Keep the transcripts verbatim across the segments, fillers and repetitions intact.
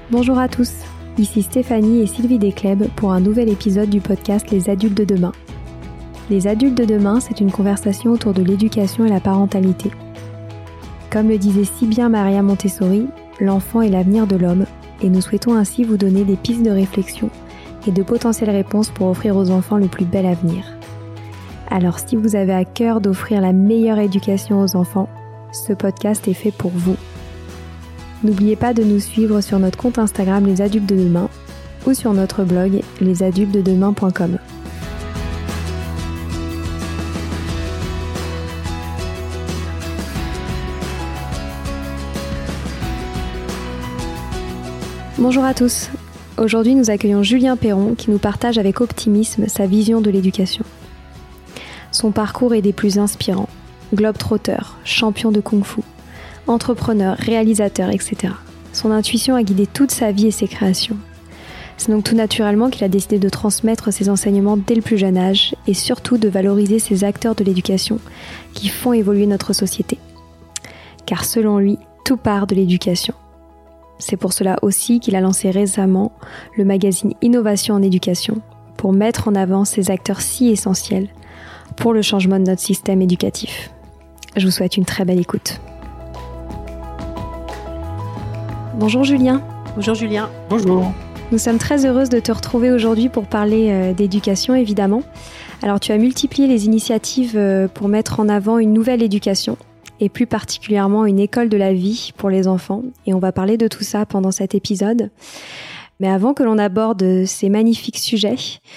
Bonjour à tous, ici Stéphanie et Sylvie Desclèbes pour un nouvel épisode du podcast Les Adultes de demain. Les Adultes de demain, c'est une conversation autour de l'éducation et la parentalité. Comme le disait si bien Maria Montessori, l'enfant est l'avenir de l'homme et nous souhaitons ainsi vous donner des pistes de réflexion et de potentielles réponses pour offrir aux enfants le plus bel avenir. Alors si vous avez à cœur d'offrir la meilleure éducation aux enfants, ce podcast est fait pour vous. N'oubliez pas de nous suivre sur notre compte Instagram Les Adultes de Demain ou sur notre blog les adultes de demain point com. Bonjour à tous. Aujourd'hui, nous accueillons Julien Perron qui nous partage avec optimisme sa vision de l'éducation. Son parcours est des plus inspirants. Globe-trotter, champion de kung-fu, entrepreneur, réalisateur, et cetera. Son intuition a guidé toute sa vie et ses créations. C'est donc tout naturellement qu'il a décidé de transmettre ses enseignements dès le plus jeune âge et surtout de valoriser ces acteurs de l'éducation qui font évoluer notre société. Car selon lui, tout part de l'éducation. C'est pour cela aussi qu'il a lancé récemment le magazine Innovation en éducation pour mettre en avant ces acteurs si essentiels pour le changement de notre système éducatif. Je vous souhaite une très belle écoute. Bonjour Julien. Bonjour Julien. Bonjour. Nous sommes très heureuses de te retrouver aujourd'hui pour parler euh, d'éducation évidemment. Alors tu as multiplié les initiatives euh, pour mettre en avant une nouvelle éducation et plus particulièrement une école de la vie pour les enfants et on va parler de tout ça pendant cet épisode. Mais avant que l'on aborde ces magnifiques sujets,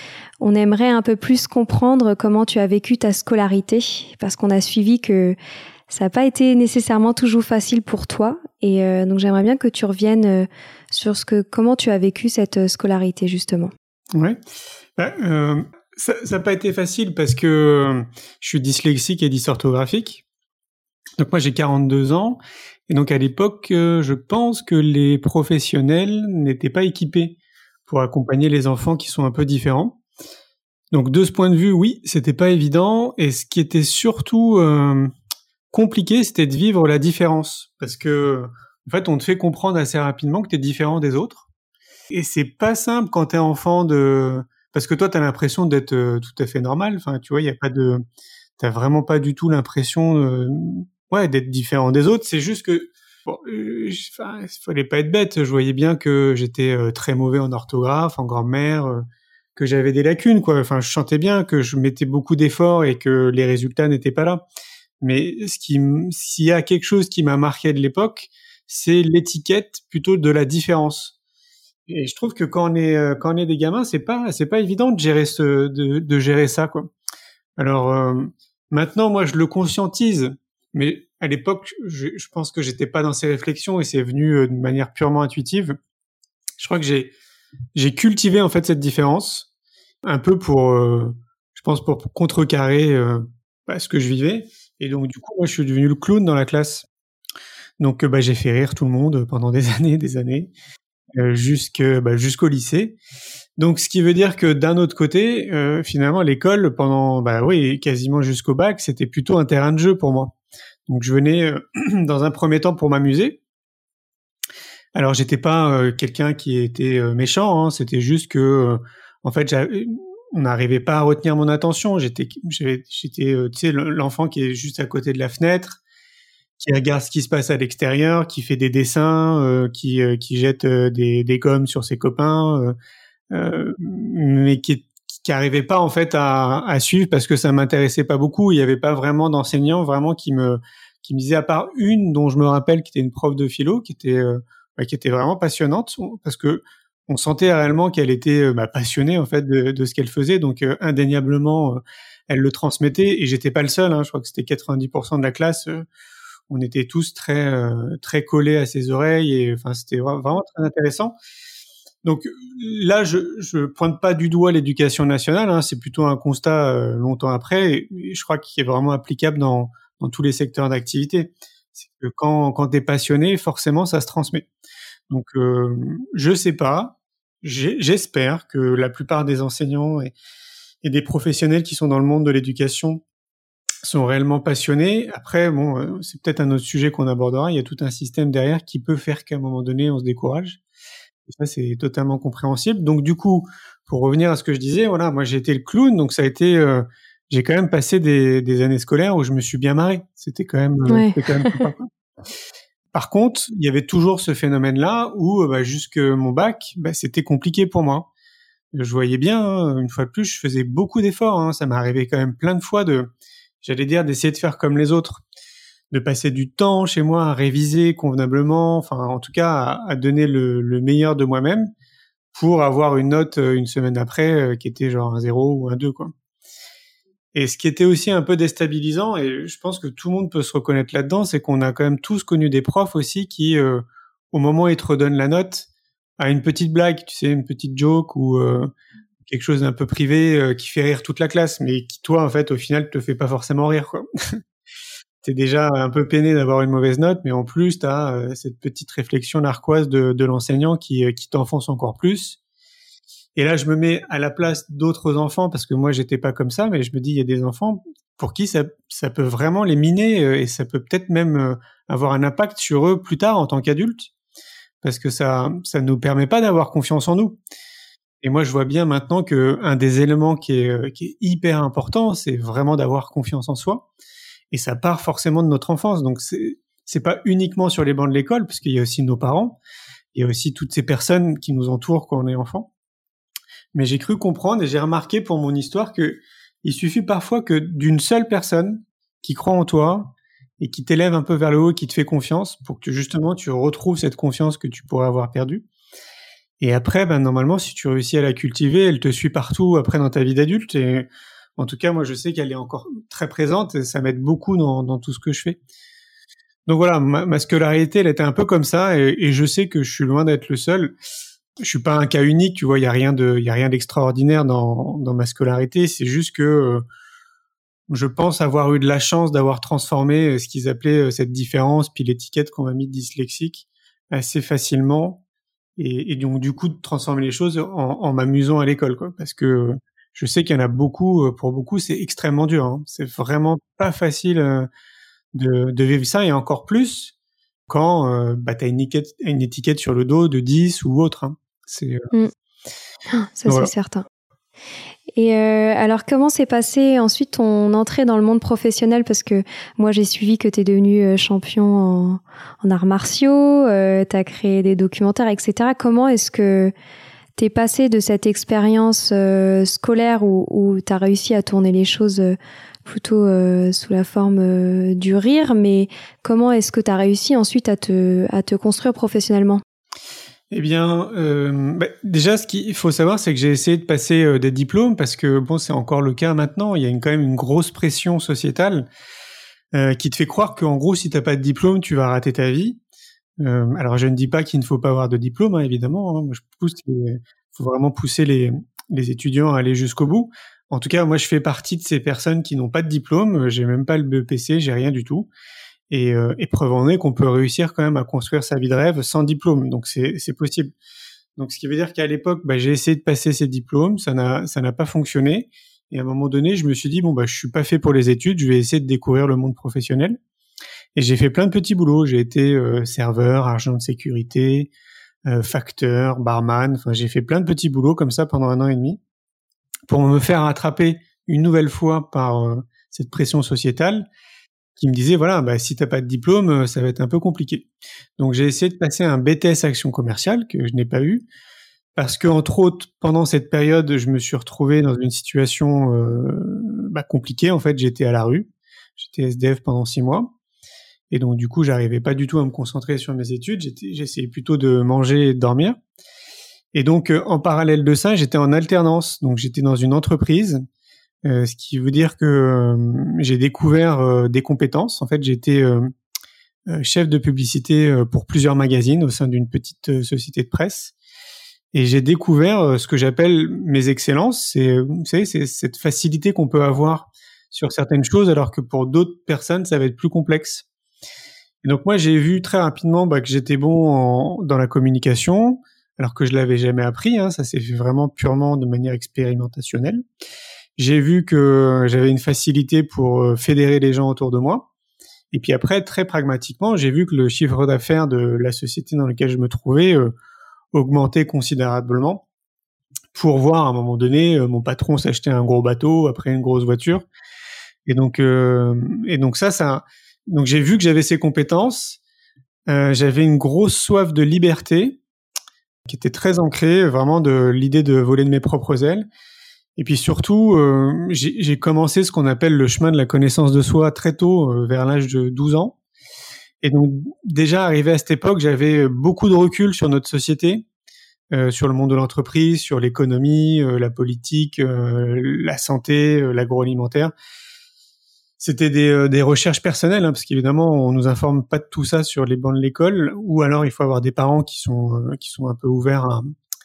on aimerait un peu plus comprendre comment tu as vécu ta scolarité parce qu'on a suivi que ça n'a pas été nécessairement toujours facile pour toi et euh, donc j'aimerais bien que tu reviennes euh, sur ce que comment tu as vécu cette euh, scolarité justement. Ouais, bah, euh, ça n'a pas été facile parce que euh, je suis dyslexique et dysorthographique. Donc moi j'ai quarante-deux ans et donc à l'époque euh, je pense que les professionnels n'étaient pas équipés pour accompagner les enfants qui sont un peu différents. Donc de ce point de vue, oui, c'était pas évident et ce qui était surtout euh, compliqué, c'était de vivre la différence parce que en fait, on te fait comprendre assez rapidement que t'es différent des autres et c'est pas simple quand t'es enfant de parce que toi t'as l'impression d'être euh, tout à fait normal. Enfin, tu vois, il y a pas de t'as vraiment pas du tout l'impression euh, ouais d'être différent des autres. C'est juste que bon, euh, enfin, il fallait pas être bête. Je voyais bien que j'étais euh, très mauvais en orthographe, en grammaire, euh, que j'avais des lacunes, quoi. Enfin, je sentais bien que je mettais beaucoup d'efforts et que les résultats n'étaient pas là. Mais ce qui, s'il y a quelque chose qui m'a marqué de l'époque, c'est l'étiquette plutôt de la différence. Et je trouve que quand on est euh, quand on est des gamins, c'est pas c'est pas évident de gérer ce de, de gérer ça, quoi. Alors euh, maintenant, moi, je le conscientise, mais à l'époque, je, je pense que j'étais pas dans ces réflexions et c'est venu euh, de manière purement intuitive. Je crois que j'ai j'ai cultivé en fait cette différence un peu pour euh, je pense pour contrecarrer euh, bah, ce que je vivais. Et donc, du coup, moi, je suis devenu le clown dans la classe. Donc, bah, j'ai fait rire tout le monde pendant des années, des années, euh, jusque, bah, jusqu'au lycée. Donc, ce qui veut dire que d'un autre côté, euh, finalement, l'école, pendant, bah oui, quasiment jusqu'au bac, c'était plutôt un terrain de jeu pour moi. Donc, je venais euh, dans un premier temps pour m'amuser. Alors, j'étais pas euh, quelqu'un qui était euh, méchant, hein, c'était juste que, euh, en fait, j'avais... on n'arrivait pas à retenir mon attention. J'étais, j'étais, j'étais euh, tu sais, l'enfant qui est juste à côté de la fenêtre, qui regarde ce qui se passe à l'extérieur, qui fait des dessins, euh, qui, euh, qui jette euh, des, des gommes sur ses copains, euh, euh, mais qui, qui arrivait pas en fait à, à suivre parce que ça m'intéressait pas beaucoup. Il y avait pas vraiment d'enseignant vraiment qui me, qui me disait à part une dont je me rappelle qui était une prof de philo, qui était, euh, bah, qui était vraiment passionnante parce que on sentait réellement qu'elle était bah, passionnée en fait de, de ce qu'elle faisait, donc euh, indéniablement euh, elle le transmettait et j'étais pas le seul. Hein, je crois que c'était quatre-vingt-dix pour cent de la classe. Euh, on était tous très euh, très collés à ses oreilles et enfin c'était vraiment très intéressant. Donc là, je je pointe pas du doigt l'éducation nationale. Hein, c'est plutôt un constat euh, longtemps après. Et, et je crois qu'il est vraiment applicable dans dans tous les secteurs d'activité. C'est que quand quand t'es passionné, forcément ça se transmet. Donc euh, je sais pas. J'espère que la plupart des enseignants et, et des professionnels qui sont dans le monde de l'éducation sont réellement passionnés. Après, bon, c'est peut-être un autre sujet qu'on abordera. Il y a tout un système derrière qui peut faire qu'à un moment donné, on se décourage. Et ça, c'est totalement compréhensible. Donc, du coup, pour revenir à ce que je disais, voilà, moi, j'ai été le clown, donc ça a été, euh, j'ai quand même passé des, des années scolaires où je me suis bien marré. C'était quand même, euh, Ouais. c'était quand même sympa, quoi. Par contre, il y avait toujours ce phénomène-là où, bah, jusque mon bac, bah, c'était compliqué pour moi. Je voyais bien, hein, une fois de plus, je faisais beaucoup d'efforts, hein. Ça m'est arrivé quand même plein de fois de, j'allais dire, d'essayer de faire comme les autres, de passer du temps chez moi à réviser convenablement, enfin, en tout cas, à, à donner le, le meilleur de moi-même pour avoir une note euh, une semaine après euh, qui était genre un zéro ou un deux, quoi. Et ce qui était aussi un peu déstabilisant, et je pense que tout le monde peut se reconnaître là-dedans, c'est qu'on a quand même tous connu des profs aussi qui, euh, au moment où ils te redonnent la note, à une petite blague, tu sais, une petite joke ou euh, quelque chose d'un peu privé euh, qui fait rire toute la classe, mais qui, toi, en fait, au final, te fait pas forcément rire, quoi. T'es déjà un peu peiné d'avoir une mauvaise note, mais en plus, t'as euh, cette petite réflexion narquoise de, de l'enseignant qui, euh, qui t'enfonce encore plus. Et là, je me mets à la place d'autres enfants, parce que moi, j'étais pas comme ça, mais je me dis, il y a des enfants pour qui ça, ça peut vraiment les miner, euh, et ça peut peut-être même euh, avoir un impact sur eux plus tard en tant qu'adultes, parce que ça, ça nous permet pas d'avoir confiance en nous. Et moi, je vois bien maintenant que un des éléments qui est, euh, qui est hyper important, c'est vraiment d'avoir confiance en soi. Et ça part forcément de notre enfance. Donc, c'est, c'est pas uniquement sur les bancs de l'école, parce qu'il y a aussi nos parents, il y a aussi toutes ces personnes qui nous entourent quand on est enfant. Mais j'ai cru comprendre et j'ai remarqué pour mon histoire que il suffit parfois que d'une seule personne qui croit en toi et qui t'élève un peu vers le haut, qui te fait confiance, pour que justement tu retrouves cette confiance que tu pourrais avoir perdue. Et après, ben normalement, si tu réussis à la cultiver, elle te suit partout après dans ta vie d'adulte. Et en tout cas, moi, je sais qu'elle est encore très présente et ça m'aide beaucoup dans, dans tout ce que je fais. Donc voilà, ma, ma scolarité, elle était un peu comme ça, et, et je sais que je suis loin d'être le seul. Je suis pas un cas unique, tu vois, il y a rien de, il y a rien d'extraordinaire dans, dans ma scolarité. C'est juste que euh, je pense avoir eu de la chance d'avoir transformé ce qu'ils appelaient cette différence, puis l'étiquette qu'on m'a mis de dyslexique, assez facilement. Et, et donc du coup de transformer les choses en, en m'amusant à l'école, quoi, parce que je sais qu'il y en a beaucoup, pour beaucoup c'est extrêmement dur, hein. C'est vraiment pas facile euh, de, de vivre ça, et encore plus quand euh, bah, t'as une étiquette, une étiquette sur le dos de dix ou autre, hein. C'est, euh... mmh. Ça c'est voilà. certain. Et euh, alors, comment s'est passé ensuite ton entrée dans le monde professionnel? Parce que moi, j'ai suivi que tu es devenu champion en, en arts martiaux, euh, tu as créé des documentaires, et cetera. Comment est-ce que tu es passé de cette expérience euh, scolaire où, où tu as réussi à tourner les choses plutôt euh, sous la forme euh, du rire, mais comment est-ce que tu as réussi ensuite à te, à te construire professionnellement? Eh bien, euh, bah, déjà, ce qu'il faut savoir, c'est que j'ai essayé de passer euh, des diplômes, parce que bon, c'est encore le cas maintenant. Il y a une, quand même une grosse pression sociétale euh, qui te fait croire qu'en gros, si t'as pas de diplôme, tu vas rater ta vie. Euh, alors, je ne dis pas qu'il ne faut pas avoir de diplôme, hein, évidemment. Hein. Moi, je pousse, il faut vraiment pousser les, les étudiants à aller jusqu'au bout. En tout cas, moi, je fais partie de ces personnes qui n'ont pas de diplôme. J'ai même pas le B E P C, j'ai rien du tout. Et, euh, et preuve en est qu'on peut réussir quand même à construire sa vie de rêve sans diplôme. Donc c'est, c'est possible. Donc ce qui veut dire qu'à l'époque, bah, j'ai essayé de passer ces diplômes, ça n'a, ça n'a pas fonctionné. Et à un moment donné, je me suis dit bon bah je suis pas fait pour les études, je vais essayer de découvrir le monde professionnel. Et j'ai fait plein de petits boulots. J'ai été euh, serveur, agent de sécurité, euh, facteur, barman. Enfin j'ai fait plein de petits boulots comme ça pendant un an et demi pour me faire attraper une nouvelle fois par euh, cette pression sociétale qui me disait, voilà, bah, si t'as pas de diplôme, ça va être un peu compliqué. Donc, j'ai essayé de passer un B T S action commerciale, que je n'ai pas eu, parce que, entre autres, pendant cette période, je me suis retrouvé dans une situation euh, bah, compliquée. En fait, j'étais à la rue. J'étais S D F pendant six mois. Et donc, du coup, j'arrivais pas du tout à me concentrer sur mes études. J'étais, j'essayais plutôt de manger et de dormir. Et donc, euh, en parallèle de ça, j'étais en alternance. Donc, j'étais dans une entreprise. Euh, ce qui veut dire que euh, j'ai découvert euh, des compétences. En fait, j'étais euh, chef de publicité euh, pour plusieurs magazines au sein d'une petite euh, société de presse. Et j'ai découvert euh, ce que j'appelle mes excellences. C'est, vous savez, c'est cette facilité qu'on peut avoir sur certaines choses, alors que pour d'autres personnes, ça va être plus complexe. Et donc moi, j'ai vu très rapidement bah, que j'étais bon en, dans la communication, alors que je l'avais jamais appris. Hein, ça s'est fait vraiment purement de manière expérimentationnelle. J'ai vu que j'avais une facilité pour fédérer les gens autour de moi. Et puis après, très pragmatiquement, j'ai vu que le chiffre d'affaires de la société dans laquelle je me trouvais euh, augmenté considérablement pour voir à un moment donné euh, mon patron s'acheter un gros bateau, après une grosse voiture. Et donc, euh, et donc ça, ça, donc j'ai vu que j'avais ces compétences. Euh, j'avais une grosse soif de liberté qui était très ancrée, vraiment de l'idée de voler de mes propres ailes. Et puis surtout, euh, j'ai, j'ai commencé ce qu'on appelle le chemin de la connaissance de soi très tôt, euh, vers l'âge de douze ans. Et donc déjà arrivé à cette époque, j'avais beaucoup de recul sur notre société, euh, sur le monde de l'entreprise, sur l'économie, euh, la politique, euh, la santé, euh, l'agroalimentaire. C'était des, euh, des recherches personnelles, hein, parce qu'évidemment, on nous informe pas de tout ça sur les bancs de l'école, ou alors il faut avoir des parents qui sont euh, qui sont un peu ouverts à,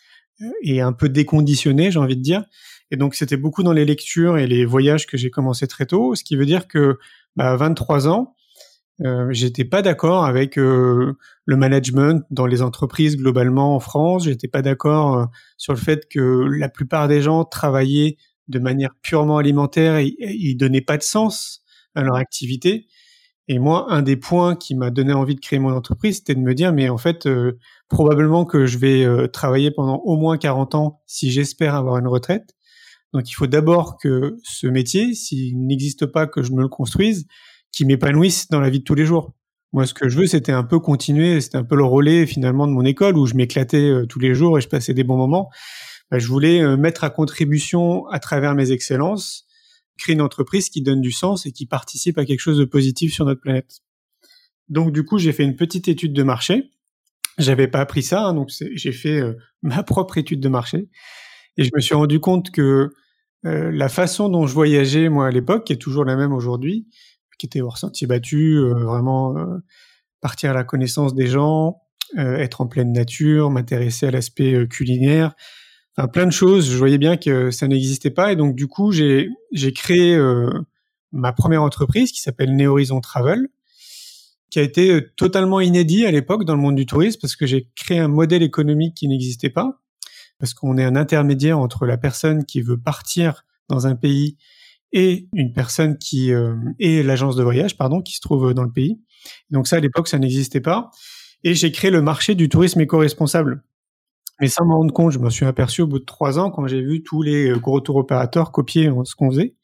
et un peu déconditionnés, j'ai envie de dire. Et donc, c'était beaucoup dans les lectures et les voyages que j'ai commencé très tôt, ce qui veut dire que, bah, à vingt-trois ans, euh, j'étais pas d'accord avec euh, le management dans les entreprises globalement en France. J'étais pas d'accord euh, sur le fait que la plupart des gens travaillaient de manière purement alimentaire et, et ils donnaient pas de sens à leur activité. Et moi, un des points qui m'a donné envie de créer mon entreprise, c'était de me dire, mais en fait, euh, probablement que je vais euh, travailler pendant au moins quarante ans si j'espère avoir une retraite. Donc, il faut d'abord que ce métier, s'il n'existe pas, que je me le construise, qui m'épanouisse dans la vie de tous les jours. Moi, ce que je veux, c'était un peu continuer, c'était un peu le relais finalement de mon école où je m'éclatais euh, tous les jours et je passais des bons moments. Bah, je voulais euh, mettre à contribution à travers mes excellences, créer une entreprise qui donne du sens et qui participe à quelque chose de positif sur notre planète. Donc, du coup, j'ai fait une petite étude de marché. J'avais pas appris ça, hein, donc c'est, j'ai fait euh, ma propre étude de marché. Et je me suis rendu compte que euh, la façon dont je voyageais, moi, à l'époque, qui est toujours la même aujourd'hui, qui était hors sentier battu, euh, vraiment euh, partir à la connaissance des gens, euh, être en pleine nature, m'intéresser à l'aspect euh, culinaire, enfin plein de choses. Je voyais bien que ça n'existait pas, et donc du coup, j'ai j'ai créé euh, ma première entreprise qui s'appelle Néhorizon Travel, qui a été euh, totalement inédit à l'époque dans le monde du tourisme parce que j'ai créé un modèle économique qui n'existait pas, parce qu'on est un intermédiaire entre la personne qui veut partir dans un pays et une personne qui euh, et l'agence de voyage, pardon, qui se trouve dans le pays. Donc ça, à l'époque, ça n'existait pas. Et j'ai créé le marché du tourisme éco-responsable. Mais sans m'en rendre compte, je m'en suis aperçu au bout de trois ans quand j'ai vu tous les gros tour opérateurs copier ce qu'on faisait.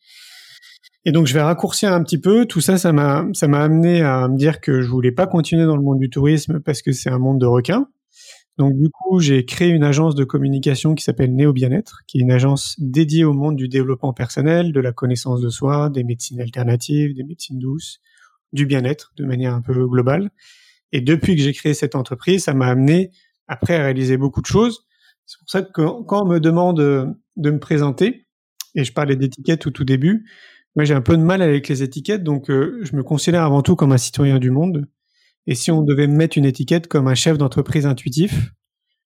Et donc, je vais raccourcir un petit peu. Tout ça, ça m'a, ça m'a amené à me dire que je voulais pas continuer dans le monde du tourisme parce que c'est un monde de requins. Donc, du coup, j'ai créé une agence de communication qui s'appelle Néo Bien-être, qui est une agence dédiée au monde du développement personnel, de la connaissance de soi, des médecines alternatives, des médecines douces, du bien-être de manière un peu globale. Et depuis que j'ai créé cette entreprise, ça m'a amené après à réaliser beaucoup de choses. C'est pour ça que quand on me demande de me présenter, et je parlais d'étiquettes au tout début, moi j'ai un peu de mal avec les étiquettes, donc euh, je me considère avant tout comme un citoyen du monde. Et si on devait me mettre une étiquette comme un chef d'entreprise intuitif, pourquoi ?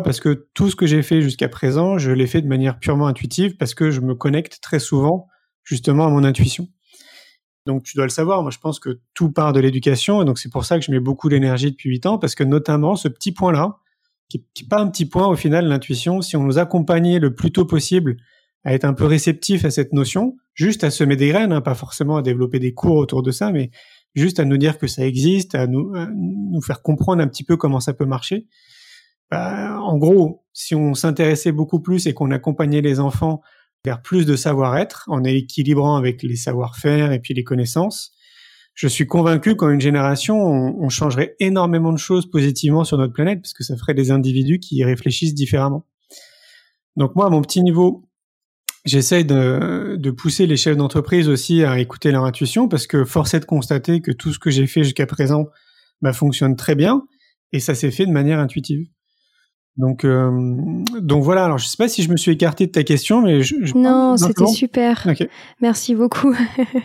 Parce que tout ce que j'ai fait jusqu'à présent, je l'ai fait de manière purement intuitive, parce que je me connecte très souvent justement à mon intuition. Donc tu dois le savoir, moi je pense que tout part de l'éducation, et donc c'est pour ça que je mets beaucoup d'énergie depuis huit ans, parce que notamment ce petit point-là, qui n'est pas un petit point au final, l'intuition, si on nous accompagnait le plus tôt possible à être un peu réceptif à cette notion, juste à semer des graines, hein, pas forcément à développer des cours autour de ça, mais juste à nous dire que ça existe, à nous, à nous faire comprendre un petit peu comment ça peut marcher. Bah, en gros, si on s'intéressait beaucoup plus et qu'on accompagnait les enfants vers plus de savoir-être, en équilibrant avec les savoir-faire et puis les connaissances, je suis convaincu qu'en une génération, on, on changerait énormément de choses positivement sur notre planète, parce que ça ferait des individus qui réfléchissent différemment. Donc moi, à mon petit niveau, j'essaye de, de pousser les chefs d'entreprise aussi à écouter leur intuition, parce que force est de constater que tout ce que j'ai fait jusqu'à présent bah, fonctionne très bien, et ça s'est fait de manière intuitive. Donc, euh, donc voilà. Alors, je sais pas si je me suis écarté de ta question, mais je, je non, c'était super. Okay. Merci beaucoup.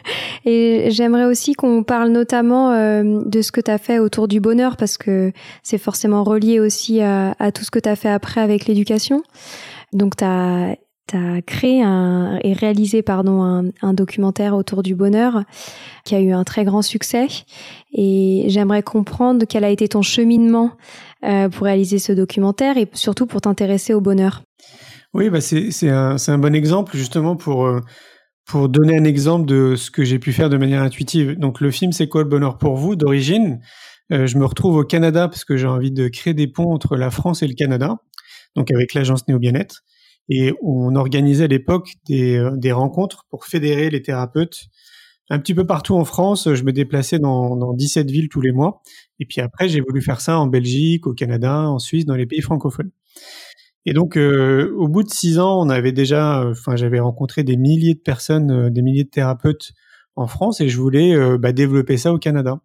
Et j'aimerais aussi qu'on parle notamment euh, de ce que tu as fait autour du bonheur, parce que c'est forcément relié aussi à, à tout ce que tu as fait après avec l'éducation. Donc, tu as T'as créé un, et réalisé pardon, un, un documentaire autour du bonheur qui a eu un très grand succès. Et j'aimerais comprendre quel a été ton cheminement euh, pour réaliser ce documentaire et surtout pour t'intéresser au bonheur. Oui, bah c'est, c'est, un, c'est un bon exemple justement pour, euh, pour donner un exemple de ce que j'ai pu faire de manière intuitive. Donc le film « C'est quoi le bonheur pour vous ?» d'origine, euh, je me retrouve au Canada parce que j'ai envie de créer des ponts entre la France et le Canada, donc avec l'agence Néo Bien-être. Et on organisait à l'époque des, euh, des rencontres pour fédérer les thérapeutes un petit peu partout en France. Je me déplaçais dans, dans dix-sept villes tous les mois. Et puis après, j'ai voulu faire ça en Belgique, au Canada, en Suisse, dans les pays francophones. Et donc, euh, au bout de six ans, on avait déjà, enfin, euh, j'avais rencontré des milliers de personnes, euh, des milliers de thérapeutes en France, et je voulais euh, bah, développer ça au Canada.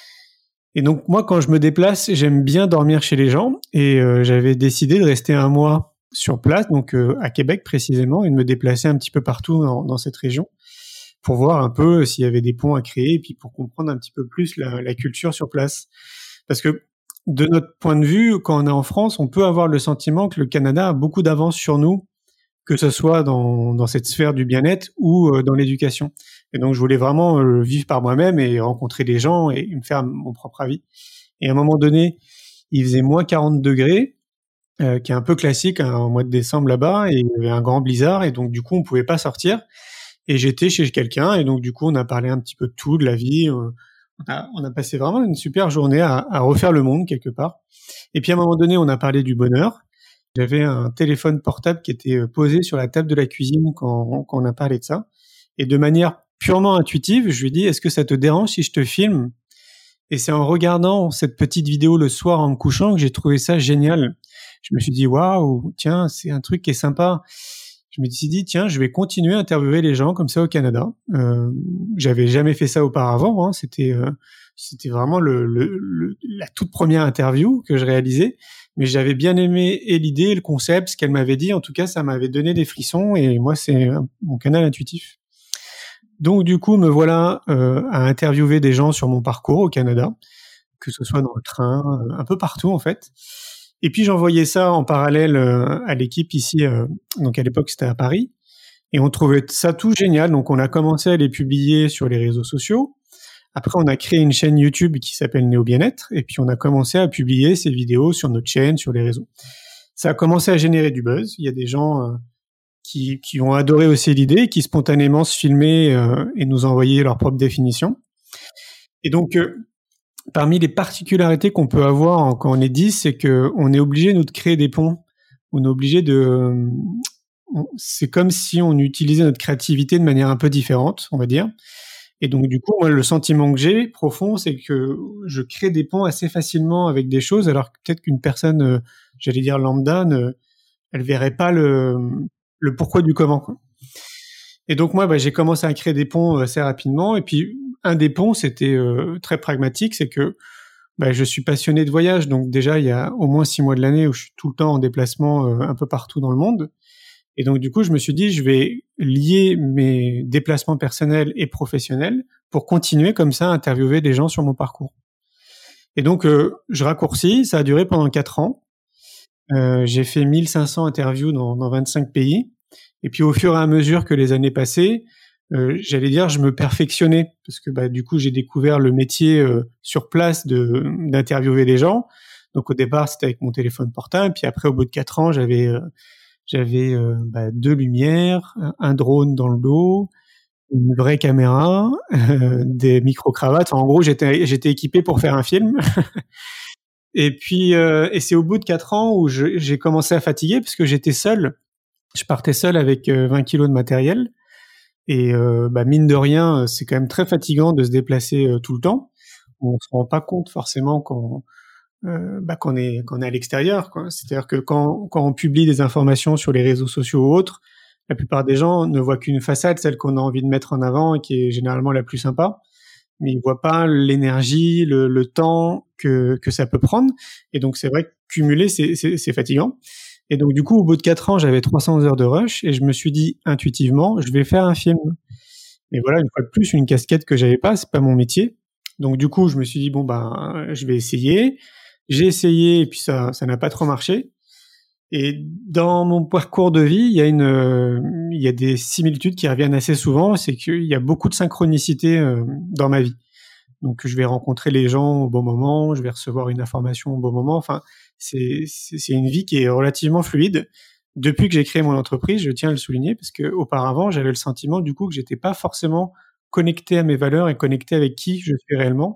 Et donc, moi, quand je me déplace, j'aime bien dormir chez les gens, et euh, j'avais décidé de rester un mois sur place, donc euh, à Québec précisément, et de me déplacer un petit peu partout dans, dans cette région pour voir un peu s'il y avait des ponts à créer, et puis pour comprendre un petit peu plus la, la culture sur place. Parce que de notre point de vue, quand on est en France, on peut avoir le sentiment que le Canada a beaucoup d'avance sur nous, que ce soit dans, dans cette sphère du bien-être ou euh, dans l'éducation. Et donc, je voulais vraiment euh, vivre par moi-même et rencontrer des gens et me faire mon propre avis. Et à un moment donné, il faisait moins quarante degrés, euh, qui est un peu classique hein, au mois de décembre là-bas, et il y avait un grand blizzard, et donc du coup, on pouvait pas sortir. Et j'étais chez quelqu'un, et donc du coup, on a parlé un petit peu de tout, de la vie. Euh, On a, on a passé vraiment une super journée à, à refaire le monde quelque part. Et puis à un moment donné, on a parlé du bonheur. J'avais un téléphone portable qui était posé sur la table de la cuisine quand, quand on a parlé de ça. Et de manière purement intuitive, je lui ai dit, est-ce que ça te dérange si je te filme ? Et c'est en regardant cette petite vidéo le soir en me couchant que j'ai trouvé ça génial. Je me suis dit, waouh, tiens, c'est un truc qui est sympa. Je me suis dit, tiens, je vais continuer à interviewer les gens comme ça au Canada. Euh, j'avais jamais fait ça auparavant. Hein. C'était, euh, c'était vraiment le, le, le, la toute première interview que je réalisais. Mais j'avais bien aimé et l'idée, le concept, ce qu'elle m'avait dit. En tout cas, ça m'avait donné des frissons. Et moi, c'est mon canal intuitif. Donc, du coup, me voilà euh, à interviewer des gens sur mon parcours au Canada, que ce soit dans le train, un peu partout en fait. Et puis j'envoyais ça en parallèle euh, à l'équipe ici, euh, donc à l'époque c'était à Paris, et on trouvait ça tout génial, donc on a commencé à les publier sur les réseaux sociaux. Après on a créé une chaîne YouTube qui s'appelle Néo Bien-être, et puis on a commencé à publier ces vidéos sur notre chaîne, sur les réseaux. Ça a commencé à générer du buzz, il y a des gens euh, qui, qui ont adoré aussi l'idée, qui spontanément se filmaient euh, et nous envoyaient leur propre définition. Et donc... Euh, Parmi les particularités qu'on peut avoir quand on est dix, c'est qu'on est obligé, nous, de créer des ponts. On est obligé de... C'est comme si on utilisait notre créativité de manière un peu différente, on va dire. Et donc, du coup, moi, le sentiment que j'ai profond, c'est que je crée des ponts assez facilement avec des choses, alors que peut-être qu'une personne, euh, j'allais dire lambda, ne, elle verrait pas le, le pourquoi du comment, quoi. Et donc, moi, bah, j'ai commencé à créer des ponts assez rapidement. Et puis, un des ponts, c'était euh, très pragmatique, c'est que bah, je suis passionné de voyage. Donc, déjà, il y a au moins six mois de l'année où je suis tout le temps en déplacement euh, un peu partout dans le monde. Et donc, du coup, je me suis dit, je vais lier mes déplacements personnels et professionnels pour continuer comme ça à interviewer des gens sur mon parcours. Et donc, euh, je raccourcis, ça a duré pendant quatre ans. Euh, j'ai fait mille cinq cents interviews dans, dans vingt-cinq pays. Et puis, au fur et à mesure que les années passaient, euh, j'allais dire, je me perfectionnais parce que bah, du coup, j'ai découvert le métier euh, sur place de, d'interviewer les gens. Donc, au départ, c'était avec mon téléphone portable. Puis après, au bout de quatre ans, j'avais... Euh, J'avais euh, bah, deux lumières, un drone dans le dos, une vraie caméra, euh, des micro-cravates. Enfin, en gros, j'étais, j'étais équipé pour faire un film. Et puis, euh, et c'est au bout de quatre ans où je, j'ai commencé à fatiguer parce que j'étais seul. Je partais seul avec euh, vingt kilos de matériel. Et euh, bah, mine de rien, c'est quand même très fatigant de se déplacer euh, tout le temps. On se rend pas compte forcément quand... Euh, bah, qu'on est qu'on est à l'extérieur, quoi. C'est-à-dire que quand quand on publie des informations sur les réseaux sociaux ou autres, la plupart des gens ne voient qu'une façade, celle qu'on a envie de mettre en avant et qui est généralement la plus sympa, mais ils voient pas l'énergie, le, le temps que que ça peut prendre. Et donc c'est vrai que cumuler c'est c'est, c'est fatigant. Et donc du coup au bout de quatre ans j'avais trois cents heures de rush et je me suis dit intuitivement je vais faire un film. Mais voilà, une fois de plus une casquette que j'avais pas, c'est pas mon métier. Donc du coup je me suis dit bon ben je vais essayer. J'ai essayé et puis ça, ça n'a pas trop marché. Et dans mon parcours de vie, il y a une, euh, il y a des similitudes qui reviennent assez souvent. C'est qu'il y a beaucoup de synchronicité euh, dans ma vie. Donc, je vais rencontrer les gens au bon moment, je vais recevoir une information au bon moment. Enfin, c'est, c'est, c'est une vie qui est relativement fluide. Depuis que j'ai créé mon entreprise, je tiens à le souligner parce que auparavant, j'avais le sentiment du coup que j'étais pas forcément connecté à mes valeurs et connecté avec qui je suis réellement.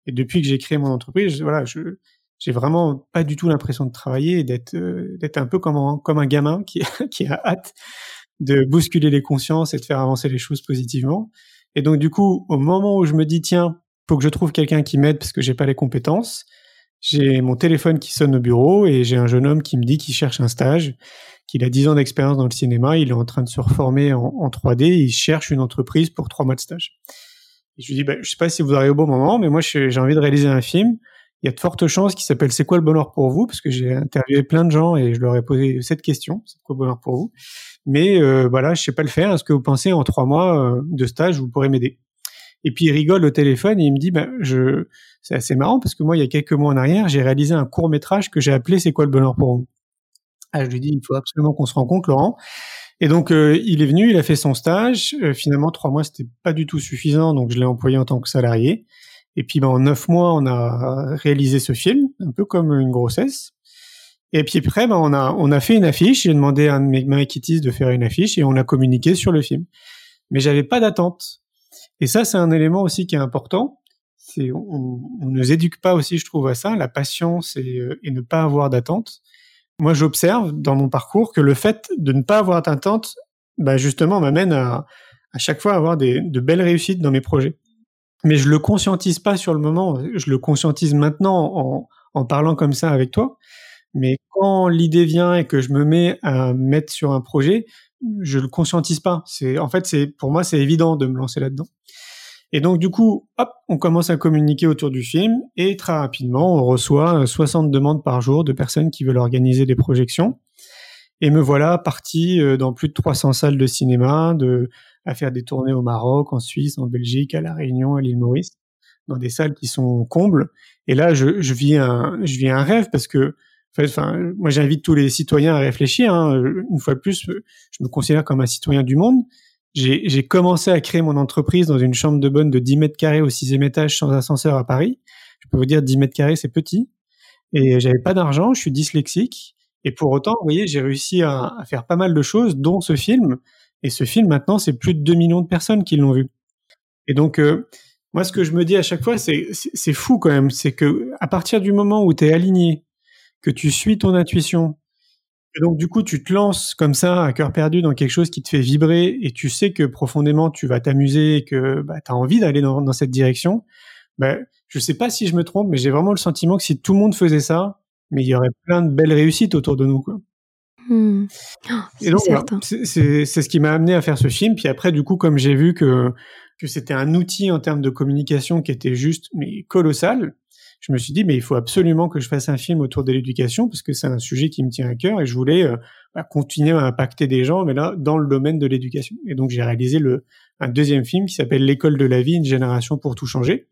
Et depuis que j'ai créé mon entreprise, je, voilà, je j'ai vraiment pas du tout l'impression de travailler et d'être euh, d'être un peu comme un, comme un gamin qui qui a hâte de bousculer les consciences et de faire avancer les choses positivement. Et donc du coup, au moment où je me dis tiens, faut que je trouve quelqu'un qui m'aide parce que j'ai pas les compétences, j'ai mon téléphone qui sonne au bureau et j'ai un jeune homme qui me dit qu'il cherche un stage, qu'il a dix ans d'expérience dans le cinéma, il est en train de se reformer en, en trois D, et il cherche une entreprise pour trois mois de stage. Et je lui dis bah, je sais pas si vous arrivez au bon moment, mais moi j'ai envie de réaliser un film. Il y a de fortes chances qui s'appelle C'est quoi le bonheur pour vous, parce que j'ai interviewé plein de gens et je leur ai posé cette question, c'est quoi le bonheur pour vous. Mais euh, voilà, je sais pas le faire. Est-ce que vous pensez en trois mois euh, de stage, vous pourrez m'aider? Et puis il rigole au téléphone et il me dit, ben je, c'est assez marrant parce que moi il y a quelques mois en arrière, j'ai réalisé un court métrage que j'ai appelé C'est quoi le bonheur pour vous. Ah, je lui dis, il faut absolument qu'on se rencontre, Laurent. Et donc euh, il est venu, il a fait son stage. Euh, finalement, trois mois c'était pas du tout suffisant, donc je l'ai employé en tant que salarié. Et puis ben en neuf mois, on a réalisé ce film, un peu comme une grossesse. Et puis après, ben, on a on a fait une affiche. J'ai demandé à un de mes maquettistes de faire une affiche et on a communiqué sur le film. Mais j'avais pas d'attente. Et ça, c'est un élément aussi qui est important. C'est on, on ne nous éduque pas aussi, je trouve, à ça, la patience et, et ne pas avoir d'attente. Moi, j'observe dans mon parcours que le fait de ne pas avoir d'attente, ben justement, m'amène à à chaque fois avoir des de belles réussites dans mes projets. Mais je le conscientise pas sur le moment. Je le conscientise maintenant en en parlant comme ça avec toi. Mais quand l'idée vient et que je me mets à mettre sur un projet, je le conscientise pas. C'est, en fait, c'est, pour moi, c'est évident de me lancer là-dedans. Et donc, du coup, hop, on commence à communiquer autour du film et très rapidement, on reçoit soixante demandes par jour de personnes qui veulent organiser des projections. Et me voilà parti dans plus de trois cents salles de cinéma, de, à faire des tournées au Maroc, en Suisse, en Belgique, à La Réunion, à l'île Maurice, dans des salles qui sont combles. Et là, je, je vis un, je vis un rêve parce que, en fait, enfin, moi, j'invite tous les citoyens à réfléchir. Hein. Une fois de plus, je me considère comme un citoyen du monde. J'ai, j'ai commencé à créer mon entreprise dans une chambre de bonne de dix mètres carrés au sixième étage sans ascenseur à Paris. Je peux vous dire, dix mètres carrés, c'est petit. Et j'avais pas d'argent, je suis dyslexique. Et pour autant, vous voyez, j'ai réussi à, à faire pas mal de choses, dont ce film. Et ce film, maintenant, c'est plus de deux millions de personnes qui l'ont vu. Et donc, euh, moi, ce que je me dis à chaque fois, c'est, c'est, c'est fou quand même. C'est que à partir du moment où tu es aligné, que tu suis ton intuition, et donc du coup tu te lances comme ça à cœur perdu dans quelque chose qui te fait vibrer et tu sais que profondément tu vas t'amuser et que bah, tu as envie d'aller dans, dans cette direction, bah, je sais pas si je me trompe, mais j'ai vraiment le sentiment que si tout le monde faisait ça, mais il y aurait plein de belles réussites autour de nous, quoi. Mmh. Oh, et donc voilà, c'est, c'est, c'est ce qui m'a amené à faire ce film. Puis après, du coup, comme j'ai vu que, que c'était un outil en termes de communication qui était juste mais colossal, je me suis dit, mais il faut absolument que je fasse un film autour de l'éducation parce que c'est un sujet qui me tient à cœur et je voulais euh, bah, continuer à impacter des gens, mais là, dans le domaine de l'éducation. Et donc, j'ai réalisé le, un deuxième film qui s'appelle L'école de la vie, une génération pour tout changer.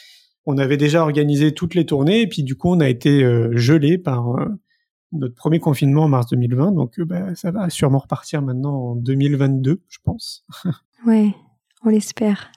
On avait déjà organisé toutes les tournées et puis du coup, on a été euh, gelé par euh, notre premier confinement en mars deux mille vingt. Donc, euh, bah, ça va sûrement repartir maintenant en deux mille vingt-deux, je pense. Ouais, on l'espère.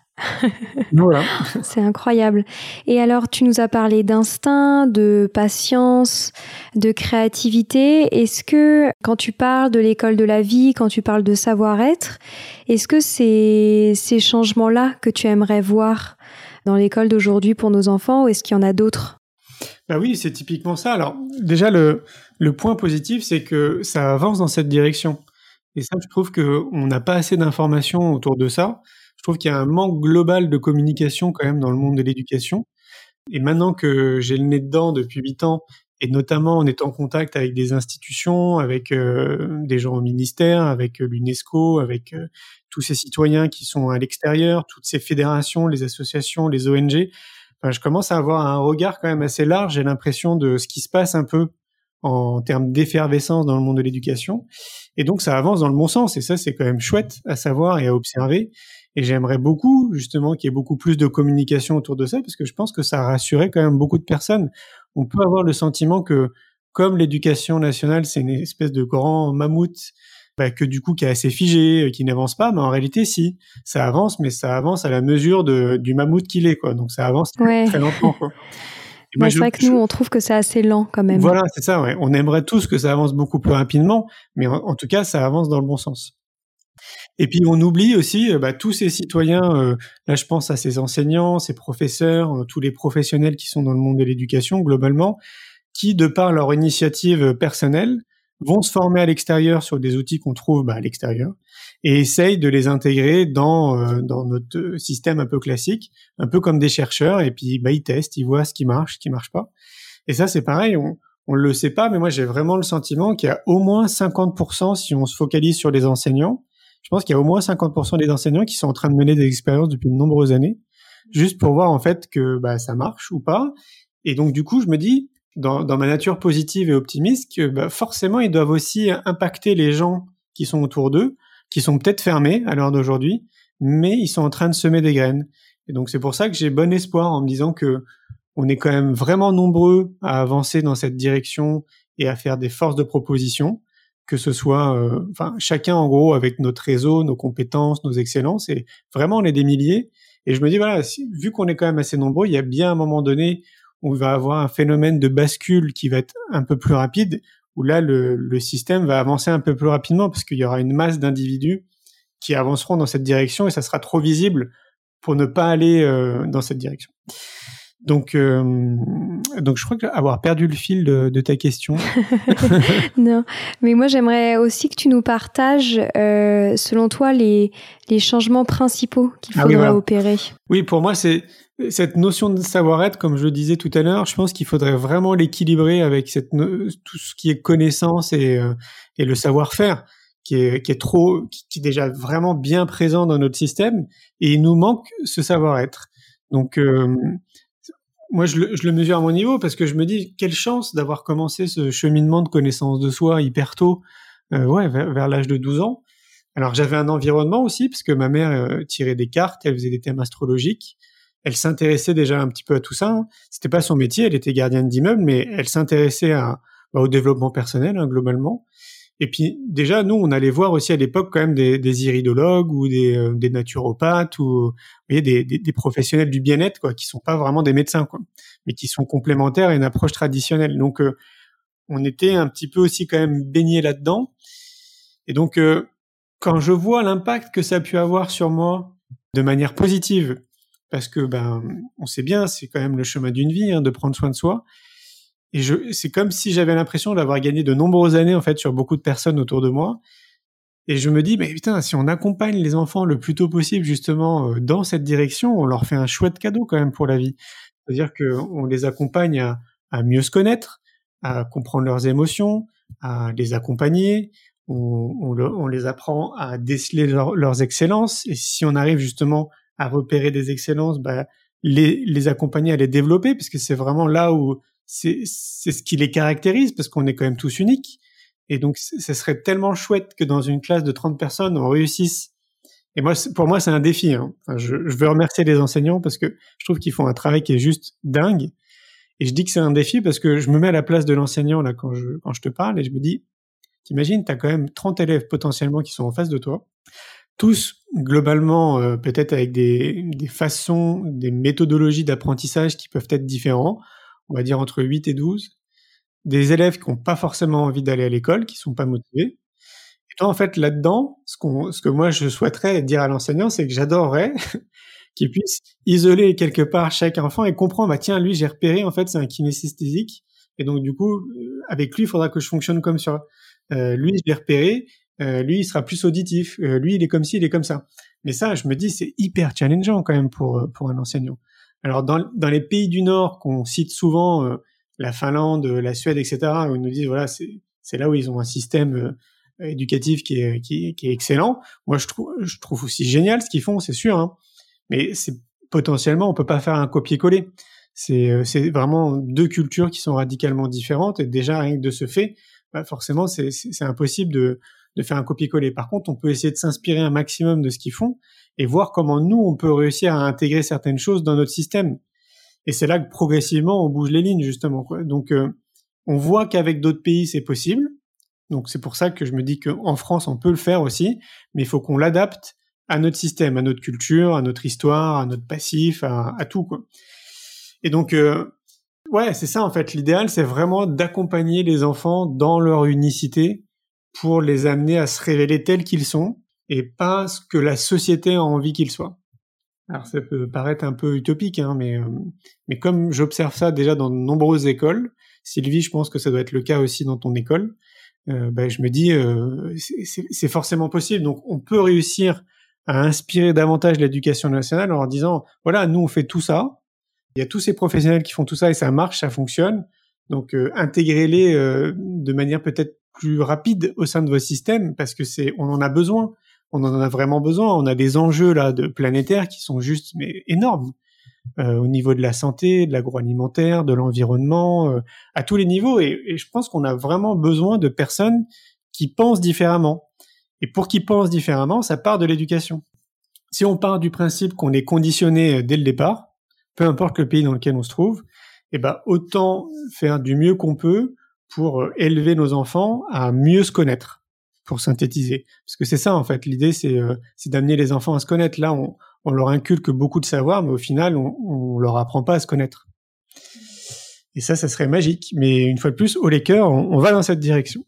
Voilà. C'est incroyable. Et alors, tu nous as parlé d'instinct, de patience, de créativité. Est-ce que, quand tu parles de l'école de la vie, quand tu parles de savoir-être, est-ce que c'est ces changements-là que tu aimerais voir dans l'école d'aujourd'hui pour nos enfants, ou est-ce qu'il y en a d'autres? Bah oui, c'est typiquement ça. Alors, déjà, le, le point positif, c'est que ça avance dans cette direction. Et ça, je trouve qu'on n'a pas assez d'informations autour de ça. Je trouve qu'il y a un manque global de communication quand même dans le monde de l'éducation. Et maintenant que j'ai le nez dedans depuis huit ans, et notamment en étant en contact avec des institutions, avec euh, des gens au ministère, avec euh, l'UNESCO, avec euh, tous ces citoyens qui sont à l'extérieur, toutes ces fédérations, les associations, les O N G, enfin, je commence à avoir un regard quand même assez large. J'ai l'impression de ce qui se passe un peu en termes d'effervescence dans le monde de l'éducation. Et donc, ça avance dans le bon sens. Et ça, c'est quand même chouette à savoir et à observer. Et j'aimerais beaucoup, justement, qu'il y ait beaucoup plus de communication autour de ça, parce que je pense que ça rassurait quand même beaucoup de personnes. On peut avoir le sentiment que, comme l'éducation nationale, c'est une espèce de grand mammouth, bah, que du coup, qui est assez figé, qui n'avance pas, mais en réalité, si, ça avance, mais ça avance à la mesure de, du mammouth qu'il est, quoi. Donc, ça avance ouais. très, très lentement, quoi. Et moi, bah, c'est je, vrai que je... nous, on trouve que c'est assez lent, quand même. Voilà, c'est ça, ouais. On aimerait tous que ça avance beaucoup plus rapidement, mais en, en tout cas, ça avance dans le bon sens. Et puis on oublie aussi euh, bah, tous ces citoyens, euh, là je pense à ces enseignants, ces professeurs, euh, tous les professionnels qui sont dans le monde de l'éducation globalement, qui de par leur initiative personnelle vont se former à l'extérieur sur des outils qu'on trouve bah, à l'extérieur et essayent de les intégrer dans, euh, dans notre système un peu classique, un peu comme des chercheurs, et puis bah, ils testent, ils voient ce qui marche, ce qui marche pas. Et ça c'est pareil, on on le sait pas, mais moi j'ai vraiment le sentiment qu'il y a au moins cinquante pour cent, si on se focalise sur les enseignants, je pense qu'il y a au moins cinquante pour cent des enseignants qui sont en train de mener des expériences depuis de nombreuses années, juste pour voir en fait que bah, ça marche ou pas. Et donc du coup, je me dis, dans, dans ma nature positive et optimiste, que bah, forcément, ils doivent aussi impacter les gens qui sont autour d'eux, qui sont peut-être fermés à l'heure d'aujourd'hui, mais ils sont en train de semer des graines. Et donc c'est pour ça que j'ai bon espoir en me disant que on est quand même vraiment nombreux à avancer dans cette direction et à faire des forces de proposition, que ce soit, euh, enfin, chacun en gros avec notre réseau, nos compétences, nos excellences, et vraiment on est des milliers. Et je me dis voilà, si, vu qu'on est quand même assez nombreux, il y a bien un moment donné où on va avoir un phénomène de bascule qui va être un peu plus rapide, où là le, le système va avancer un peu plus rapidement parce qu'il y aura une masse d'individus qui avanceront dans cette direction et ça sera trop visible pour ne pas aller euh, dans cette direction. Donc, euh, donc je crois que avoir perdu le fil de, de ta question. Non, mais moi j'aimerais aussi que tu nous partages, euh, selon toi, les les changements principaux qu'il faudra ah oui, voilà. opérer. Oui, pour moi c'est cette notion de savoir-être, comme je le disais tout à l'heure. Je pense qu'il faudrait vraiment l'équilibrer avec cette no- tout ce qui est connaissance et euh, et le savoir-faire, qui est qui est trop, qui, qui est déjà vraiment bien présent dans notre système, et il nous manque ce savoir-être. Donc euh, moi, je le, je le mesure à mon niveau parce que je me dis quelle chance d'avoir commencé ce cheminement de connaissance de soi hyper tôt, euh, ouais, vers, vers l'âge de douze ans. Alors j'avais un environnement aussi parce que ma mère euh, tirait des cartes, elle faisait des thèmes astrologiques, elle s'intéressait déjà un petit peu à tout ça. Hein. C'était pas son métier, elle était gardienne d'immeuble, mais elle s'intéressait à, bah, au développement personnel hein, globalement. Et puis déjà, nous, on allait voir aussi à l'époque quand même des, des iridologues ou des, euh, des naturopathes ou vous voyez, des, des, des professionnels du bien-être, quoi, qui sont pas vraiment des médecins, quoi, mais qui sont complémentaires à une approche traditionnelle. Donc, euh, on était un petit peu aussi quand même baignés là-dedans. Et donc, euh, quand je vois l'impact que ça a pu avoir sur moi de manière positive, parce que ben, on sait bien, c'est quand même le chemin d'une vie, hein, de prendre soin de soi. Et je, c'est comme si j'avais l'impression d'avoir gagné de nombreuses années en fait sur beaucoup de personnes autour de moi. Et je me dis, mais putain, si on accompagne les enfants le plus tôt possible justement euh, dans cette direction, on leur fait un chouette cadeau quand même pour la vie. C'est-à-dire que on les accompagne à, à mieux se connaître, à comprendre leurs émotions, à les accompagner. On, on, le, on les apprend à déceler leur, leurs excellences. Et si on arrive justement à repérer des excellences, bah, les, les accompagner à les développer, parce que c'est vraiment là où c'est, c'est ce qui les caractérise, parce qu'on est quand même tous uniques. Et donc, ce serait tellement chouette que dans une classe de trente personnes, on réussisse. Et moi, pour moi, c'est un défi. Hein. Enfin, je, je veux remercier les enseignants parce que je trouve qu'ils font un travail qui est juste dingue. Et je dis que c'est un défi parce que je me mets à la place de l'enseignant là quand je, quand je te parle et je me dis, t'imagines, t'as quand même trente élèves potentiellement qui sont en face de toi. Tous, globalement, euh, peut-être avec des, des façons, des méthodologies d'apprentissage qui peuvent être différents. On va dire entre huit et douze, des élèves qui n'ont pas forcément envie d'aller à l'école, qui sont pas motivés. Et toi, en fait, là-dedans, ce, qu'on, ce que moi je souhaiterais dire à l'enseignant, c'est que j'adorerais qu'il puisse isoler quelque part chaque enfant et comprendre, bah tiens, lui, j'ai repéré, en fait, c'est un kinésesthésique, et donc du coup, avec lui, il faudra que je fonctionne comme ça. Euh, lui, je l'ai repéré, euh, lui, il sera plus auditif, euh, lui, il est comme ci, il est comme ça. Mais ça, je me dis, c'est hyper challengeant quand même pour pour un enseignant. Alors, dans, dans les pays du Nord qu'on cite souvent, euh, la Finlande, la Suède, et cetera, où ils nous disent, voilà, c'est, c'est là où ils ont un système euh, éducatif qui est, qui, qui est excellent. Moi, je trouve, je trouve aussi génial ce qu'ils font, c'est sûr, hein. Mais c'est potentiellement, on peut pas faire un copier-coller. C'est, euh, c'est vraiment deux cultures qui sont radicalement différentes, et déjà, rien que de ce fait, bah, forcément, c'est, c'est, c'est impossible de, de faire un copier-coller. Par contre, on peut essayer de s'inspirer un maximum de ce qu'ils font, et voir comment nous, on peut réussir à intégrer certaines choses dans notre système. Et c'est là que progressivement, on bouge les lignes, justement, quoi. Donc, euh, on voit qu'avec d'autres pays, c'est possible. Donc, c'est pour ça que je me dis qu'en France, on peut le faire aussi, mais il faut qu'on l'adapte à notre système, à notre culture, à notre histoire, à notre passif, à, à tout, quoi. Et donc, euh, ouais, c'est ça, en fait. L'idéal, c'est vraiment d'accompagner les enfants dans leur unicité pour les amener à se révéler tels qu'ils sont et pas ce que la société a envie qu'il soit. Alors ça peut paraître un peu utopique, hein, mais, euh, mais comme j'observe ça déjà dans de nombreuses écoles, Sylvie, je pense que ça doit être le cas aussi dans ton école, euh, ben, je me dis euh, c'est, c'est, c'est forcément possible. Donc on peut réussir à inspirer davantage l'éducation nationale en leur disant, voilà, nous on fait tout ça, il y a tous ces professionnels qui font tout ça et ça marche, ça fonctionne, donc euh, intégrez-les euh, de manière peut-être plus rapide au sein de vos systèmes, parce que c'est, on en a besoin. On en a vraiment besoin. On a des enjeux là de planétaires qui sont juste mais énormes euh, au niveau de la santé, de l'agroalimentaire, de l'environnement, euh, à tous les niveaux. Et, et je pense qu'on a vraiment besoin de personnes qui pensent différemment. Et pour qu'ils pensent différemment, ça part de l'éducation. Si on part du principe qu'on est conditionné dès le départ, peu importe le pays dans lequel on se trouve, eh ben autant faire du mieux qu'on peut pour élever nos enfants à mieux se connaître. Pour synthétiser. Parce que c'est ça, en fait. L'idée, c'est, euh, c'est d'amener les enfants à se connaître. Là, on, on leur inculque beaucoup de savoir, mais au final, on, on leur apprend pas à se connaître. Et ça, ça serait magique. Mais une fois de plus, haut les cœurs, on, on va dans cette direction.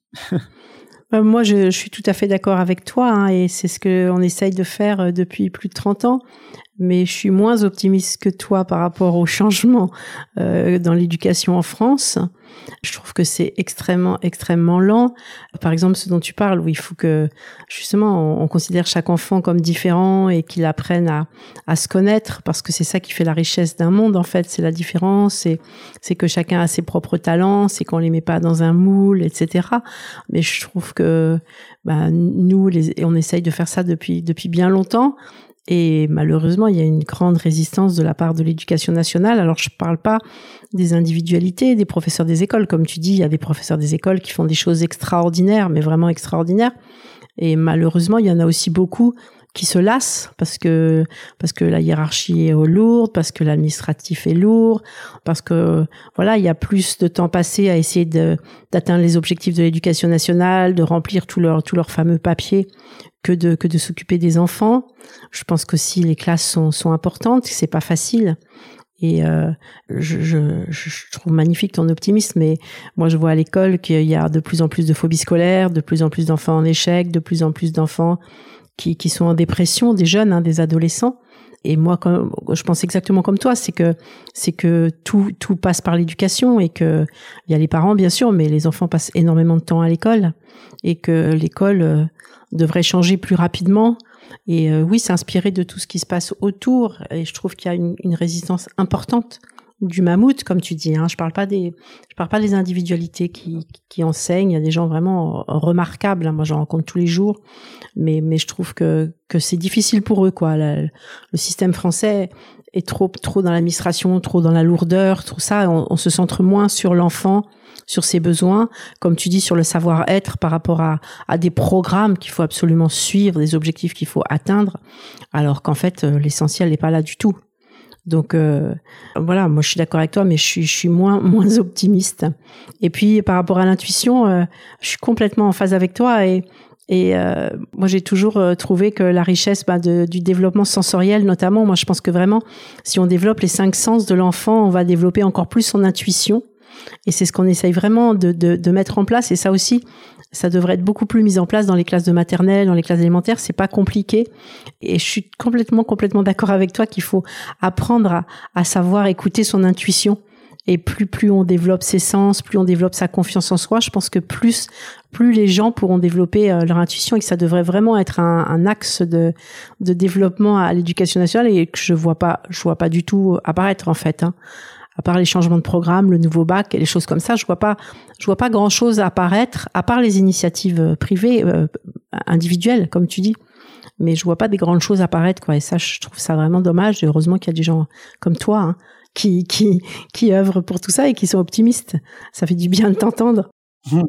euh, moi, je, je suis tout à fait d'accord avec toi, hein, et c'est ce qu'on essaye de faire depuis plus de trente ans. Mais je suis moins optimiste que toi par rapport au changement euh, dans l'éducation en France. Je trouve que c'est extrêmement, extrêmement lent. Par exemple, ce dont tu parles, où il faut que, justement, on, on considère chaque enfant comme différent et qu'il apprenne à, à se connaître, parce que c'est ça qui fait la richesse d'un monde, en fait. C'est la différence, c'est, c'est que chacun a ses propres talents, c'est qu'on les met pas dans un moule, et cetera. Mais je trouve que, bah, nous, les, on essaye de faire ça depuis, depuis bien longtemps. Et malheureusement, il y a une grande résistance de la part de l'éducation nationale. Alors, je parle pas des individualités des professeurs des écoles. Comme tu dis, il y a des professeurs des écoles qui font des choses extraordinaires, mais vraiment extraordinaires. Et malheureusement, il y en a aussi beaucoup qui se lassent parce que parce que la hiérarchie est lourde, parce que l'administratif est lourd, parce que voilà, il y a plus de temps passé à essayer de d'atteindre les objectifs de l'éducation nationale, de remplir tous leurs tous leurs fameux papiers que de que de s'occuper des enfants. Je pense qu'aussi les classes sont sont importantes, c'est pas facile. Et euh, je, je, je trouve magnifique ton optimisme, mais moi je vois à l'école qu'il y a de plus en plus de phobies scolaires, de plus en plus d'enfants en échec, de plus en plus d'enfants qui, qui sont en dépression, des jeunes, hein, des adolescents. Et moi, comme, je pense exactement comme toi, c'est que c'est que tout tout passe par l'éducation et que il y a les parents bien sûr, mais les enfants passent énormément de temps à l'école et que l'école euh, devrait changer plus rapidement. Et euh, oui, s'inspirer de tout ce qui se passe autour. Et je trouve qu'il y a une, une résistance importante du mammouth, comme tu dis. Hein. Je parle pas des, je parle pas des individualités qui, qui enseignent. Il y a des gens vraiment remarquables. Hein. Moi, j'en rencontre tous les jours. Mais, mais je trouve que, que c'est difficile pour eux, quoi. Le, le système français est trop, trop dans l'administration, trop dans la lourdeur, tout ça. On, on se centre moins sur l'enfant, sur ses besoins, comme tu dis, sur le savoir-être par rapport à, à des programmes qu'il faut absolument suivre, des objectifs qu'il faut atteindre, alors qu'en fait, euh, l'essentiel n'est pas là du tout. Donc euh, voilà, moi je suis d'accord avec toi, mais je suis, je suis moins, moins optimiste. Et puis par rapport à l'intuition, euh, je suis complètement en phase avec toi et Et euh, moi, j'ai toujours euh, trouvé que la richesse bah, de, du développement sensoriel, notamment, moi, je pense que vraiment, si on développe les cinq sens de l'enfant, on va développer encore plus son intuition. Et c'est ce qu'on essaye vraiment de, de, de mettre en place. Et ça aussi, ça devrait être beaucoup plus mis en place dans les classes de maternelle, dans les classes élémentaires. C'est pas compliqué. Et je suis complètement, complètement d'accord avec toi qu'il faut apprendre à, à savoir écouter son intuition. Et plus, plus on développe ses sens, plus on développe sa confiance en soi, je pense que plus, plus les gens pourront développer euh, leur intuition et que ça devrait vraiment être un, un axe de, de développement à l'éducation nationale et que je vois pas, je vois pas du tout apparaître, en fait, hein. À part les changements de programme, le nouveau bac et les choses comme ça, je vois pas, je vois pas grand chose apparaître, à part les initiatives privées, euh, individuelles, comme tu dis. Mais je vois pas des grandes choses apparaître, quoi. Et ça, je trouve ça vraiment dommage. Et heureusement qu'il y a des gens comme toi, hein, qui, qui, qui œuvrent pour tout ça et qui sont optimistes. Ça fait du bien de t'entendre. Mmh.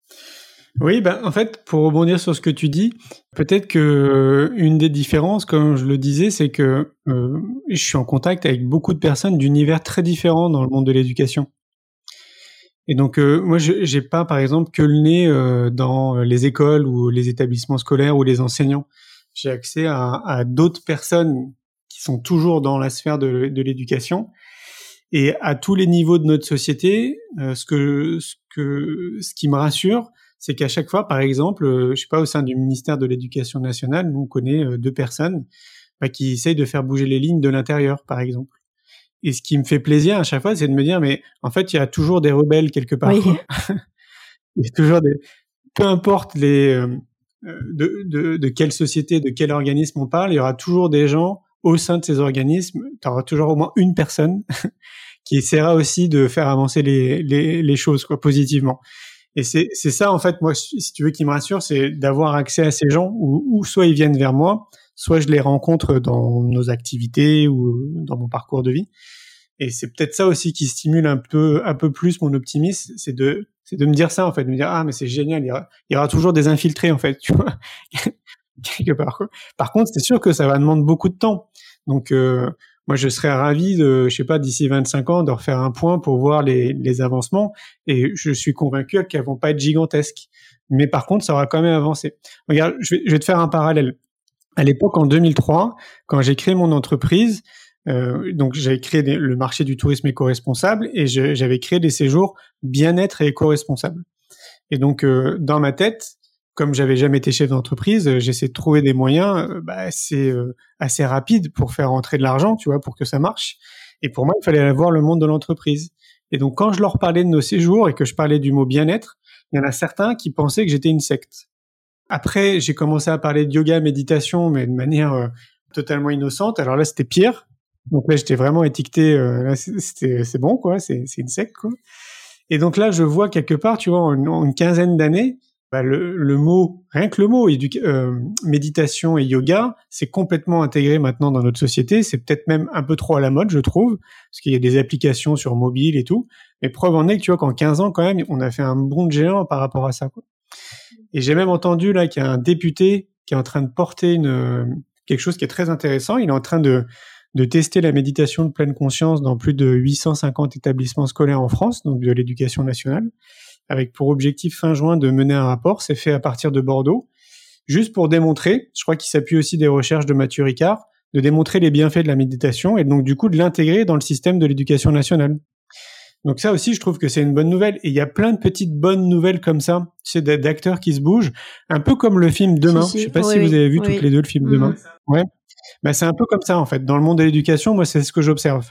Oui, ben, en fait, pour rebondir sur ce que tu dis, peut-être que une des différences, comme je le disais, c'est que euh, je suis en contact avec beaucoup de personnes d'univers très différents dans le monde de l'éducation. Et donc, euh, moi, je j'ai pas, par exemple, que le nez euh, dans les écoles ou les établissements scolaires ou les enseignants. J'ai accès à, à d'autres personnes qui sont toujours dans la sphère de, de l'éducation. Et à tous les niveaux de notre société, euh, ce que ce que ce qui me rassure, c'est qu'à chaque fois, par exemple, euh, je sais pas, au sein du ministère de l'Éducation nationale, nous on connaît euh, deux personnes bah, qui essayent de faire bouger les lignes de l'intérieur, par exemple. Et ce qui me fait plaisir à chaque fois, c'est de me dire, mais en fait, il y a toujours des rebelles quelque part. Oui. Il y a toujours des, peu importe les euh, de, de, de quelle société, de quel organisme on parle, il y aura toujours des gens au sein de ces organismes. Tu auras toujours au moins une personne qui essaiera aussi de faire avancer les, les, les choses quoi, positivement. Et c'est, c'est ça, en fait, moi, si tu veux, qui me rassure, c'est d'avoir accès à ces gens où, où soit ils viennent vers moi, soit je les rencontre dans nos activités ou dans mon parcours de vie. Et c'est peut-être ça aussi qui stimule un peu, un peu plus mon optimisme, c'est de, c'est de me dire ça, en fait, de me dire, ah, mais c'est génial, il y aura, il y aura toujours des infiltrés, en fait, tu vois, quelque part, quoi. Par contre, c'est sûr que ça va demander beaucoup de temps. Donc, euh, moi, je serais ravi de, je sais pas, d'ici vingt-cinq ans, de refaire un point pour voir les, les avancements. Et je suis convaincu qu'elles vont pas être gigantesques. Mais par contre, ça aura quand même avancé. Regarde, je vais, je vais te faire un parallèle. À l'époque, en deux mille trois, quand j'ai créé mon entreprise, euh, donc j'avais créé des, le marché du tourisme éco-responsable et je, j'avais créé des séjours bien-être et éco-responsables. Et donc, euh, dans ma tête, comme j'avais jamais été chef d'entreprise, euh, j'essaie de trouver des moyens euh, bah, assez, euh, assez rapides pour faire rentrer de l'argent, tu vois, pour que ça marche. Et pour moi, il fallait aller voir le monde de l'entreprise. Et donc, quand je leur parlais de nos séjours et que je parlais du mot bien-être, il y en a certains qui pensaient que j'étais une secte. Après, j'ai commencé à parler de yoga, méditation, mais de manière euh, totalement innocente. Alors là, c'était pire. Donc là, j'étais vraiment étiqueté. Euh, là, c'était, c'est bon, quoi. C'est, c'est une secte, quoi. Et donc là, je vois quelque part, tu vois, en, en une quinzaine d'années, bah, le, le mot, rien que le mot, édu- euh, méditation et yoga, c'est complètement intégré maintenant dans notre société. C'est peut-être même un peu trop à la mode, je trouve, parce qu'il y a des applications sur mobile et tout. Mais preuve en est que tu vois qu'en quinze ans, quand même, on a fait un bond de géant par rapport à ça, quoi. Et j'ai même entendu là qu'il y a un député qui est en train de porter une, quelque chose qui est très intéressant. Il est en train de, de tester la méditation de pleine conscience dans plus de huit cent cinquante établissements scolaires en France, donc de l'éducation nationale, avec pour objectif fin juin de mener un rapport. C'est fait à partir de Bordeaux, juste pour démontrer, je crois qu'il s'appuie aussi des recherches de Mathieu Ricard, de démontrer les bienfaits de la méditation et donc du coup de l'intégrer dans le système de l'éducation nationale. Donc ça aussi, je trouve que c'est une bonne nouvelle. Et il y a plein de petites bonnes nouvelles comme ça, tu sais, d'acteurs qui se bougent, un peu comme le film Demain. Si, si. Je sais pas oui, si oui, vous avez vu oui. toutes les deux le film mmh. Demain. Ouais. Bah, c'est un peu comme ça, en fait. Dans le monde de l'éducation, moi, c'est ce que j'observe.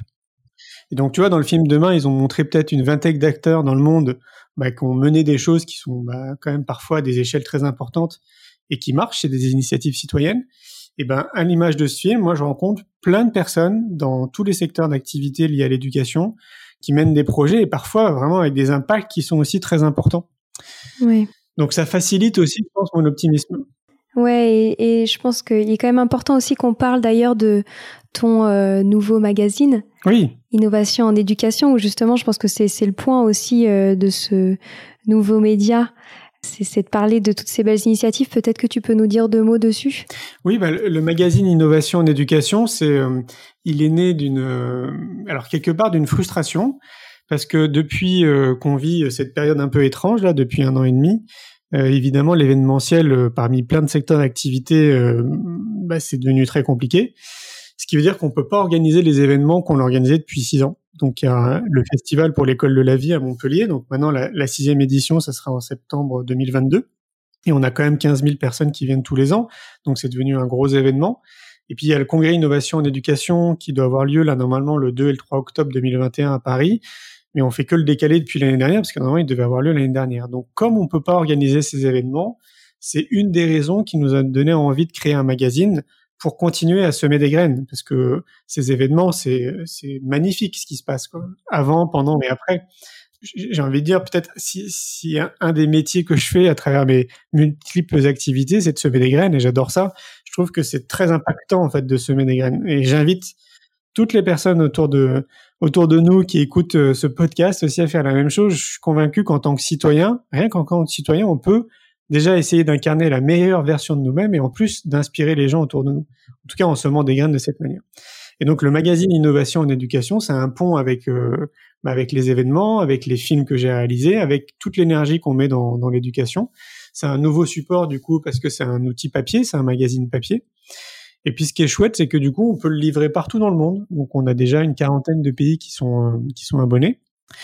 Et donc, tu vois, dans le film Demain, ils ont montré peut-être une vingtaine d'acteurs dans le monde bah, qui ont mené des choses qui sont bah, quand même parfois à des échelles très importantes et qui marchent, c'est des initiatives citoyennes. Et ben, à l'image de ce film, moi, je rencontre plein de personnes dans tous les secteurs d'activité liés à l'éducation qui mènent des projets et parfois vraiment avec des impacts qui sont aussi très importants. Oui. Donc ça facilite aussi, je pense, mon optimisme. Ouais, et, et je pense qu'il est quand même important aussi qu'on parle d'ailleurs de ton euh, nouveau magazine. Oui. Innovation en éducation, où justement, je pense que c'est, c'est le point aussi euh, de ce nouveau média. C'est, c'est de parler de toutes ces belles initiatives. Peut-être que tu peux nous dire deux mots dessus. Oui, bah, le, le magazine Innovation en éducation, c'est, euh, il est né d'une, euh, alors quelque part d'une frustration, parce que depuis euh, qu'on vit cette période un peu étrange là, depuis un an et demi, euh, évidemment l'événementiel euh, parmi plein de secteurs d'activité, euh, bah, c'est devenu très compliqué. Ce qui veut dire qu'on peut pas organiser les événements qu'on a organisés depuis six ans. Donc, il y a le festival pour l'école de la vie à Montpellier. Donc, maintenant, la, la sixième édition, ça sera en septembre deux mille vingt-deux. Et on a quand même quinze mille personnes qui viennent tous les ans. Donc, c'est devenu un gros événement. Et puis, il y a le congrès Innovation en éducation qui doit avoir lieu, là, normalement, le deux et le trois octobre deux mille vingt et un à Paris. Mais on fait que le décaler depuis l'année dernière parce que normalement, il devait avoir lieu l'année dernière. Donc, comme on peut pas organiser ces événements, c'est une des raisons qui nous a donné envie de créer un magazine pour continuer à semer des graines, parce que ces événements, c'est, c'est magnifique ce qui se passe, quoi. Avant, pendant et après. J'ai envie de dire, peut-être, si, si un, un des métiers que je fais à travers mes multiples activités, c'est de semer des graines, et j'adore ça. Je trouve que c'est très impactant, en fait, de semer des graines. Et j'invite toutes les personnes autour de, autour de nous qui écoutent ce podcast aussi à faire la même chose. Je suis convaincu qu'en tant que citoyen, rien qu'en tant que citoyen, on peut déjà essayer d'incarner la meilleure version de nous-mêmes et en plus d'inspirer les gens autour de nous. En tout cas, en semant des graines de cette manière. Et donc, le magazine Innovation en éducation, c'est un pont avec euh, avec les événements, avec les films que j'ai réalisés, avec toute l'énergie qu'on met dans, dans l'éducation. C'est un nouveau support, du coup, parce que c'est un outil papier, c'est un magazine papier. Et puis, ce qui est chouette, c'est que, du coup, on peut le livrer partout dans le monde. Donc, on a déjà une quarantaine de pays qui sont, euh, qui sont abonnés.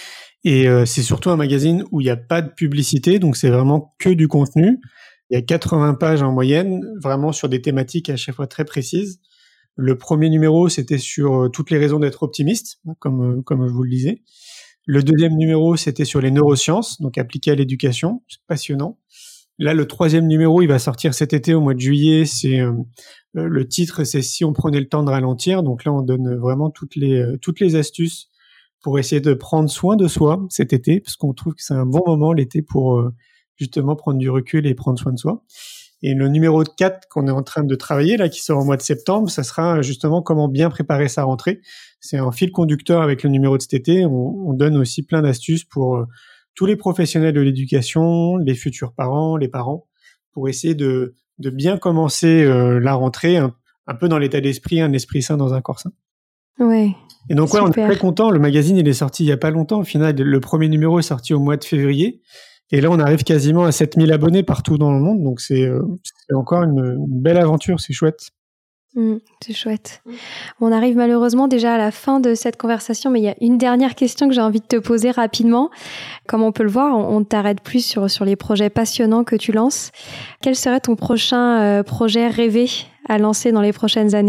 Et euh, c'est surtout un magazine où il n'y a pas de publicité, donc c'est vraiment que du contenu. Il y a quatre-vingts pages en moyenne, vraiment sur des thématiques à chaque fois très précises. Le premier numéro, c'était sur euh, toutes les raisons d'être optimiste, comme euh, comme je vous le disais. Le deuxième numéro, c'était sur les neurosciences, donc appliquées à l'éducation, c'est passionnant. Là, le troisième numéro, il va sortir cet été au mois de juillet. C'est euh, le titre, c'est Si on prenait le temps de ralentir. Donc là, on donne vraiment toutes les euh, toutes les astuces pour essayer de prendre soin de soi cet été, parce qu'on trouve que c'est un bon moment l'été pour euh, justement prendre du recul et prendre soin de soi. Et le numéro quatre qu'on est en train de travailler là, qui sort au mois de septembre, ça sera justement comment bien préparer sa rentrée. C'est un fil conducteur avec le numéro de cet été. On, on donne aussi plein d'astuces pour euh, tous les professionnels de l'éducation, les futurs parents, les parents, pour essayer de, de bien commencer euh, la rentrée, un, un peu dans l'état d'esprit, un esprit sain dans un corps sain. Ouais. Et donc, ouais, on est très content. Le magazine, il est sorti il y a pas longtemps. Au final, le premier numéro est sorti au mois de février. Et là, on arrive quasiment à sept mille abonnés partout dans le monde. Donc, c'est, euh, c'est encore une, une belle aventure. C'est chouette. Mmh, c'est chouette. On arrive malheureusement déjà à la fin de cette conversation, mais il y a une dernière question que j'ai envie de te poser rapidement. Comme on peut le voir, on ne t'arrête plus sur, sur les projets passionnants que tu lances. Quel serait ton prochain euh, projet rêvé à lancer dans les prochaines années ?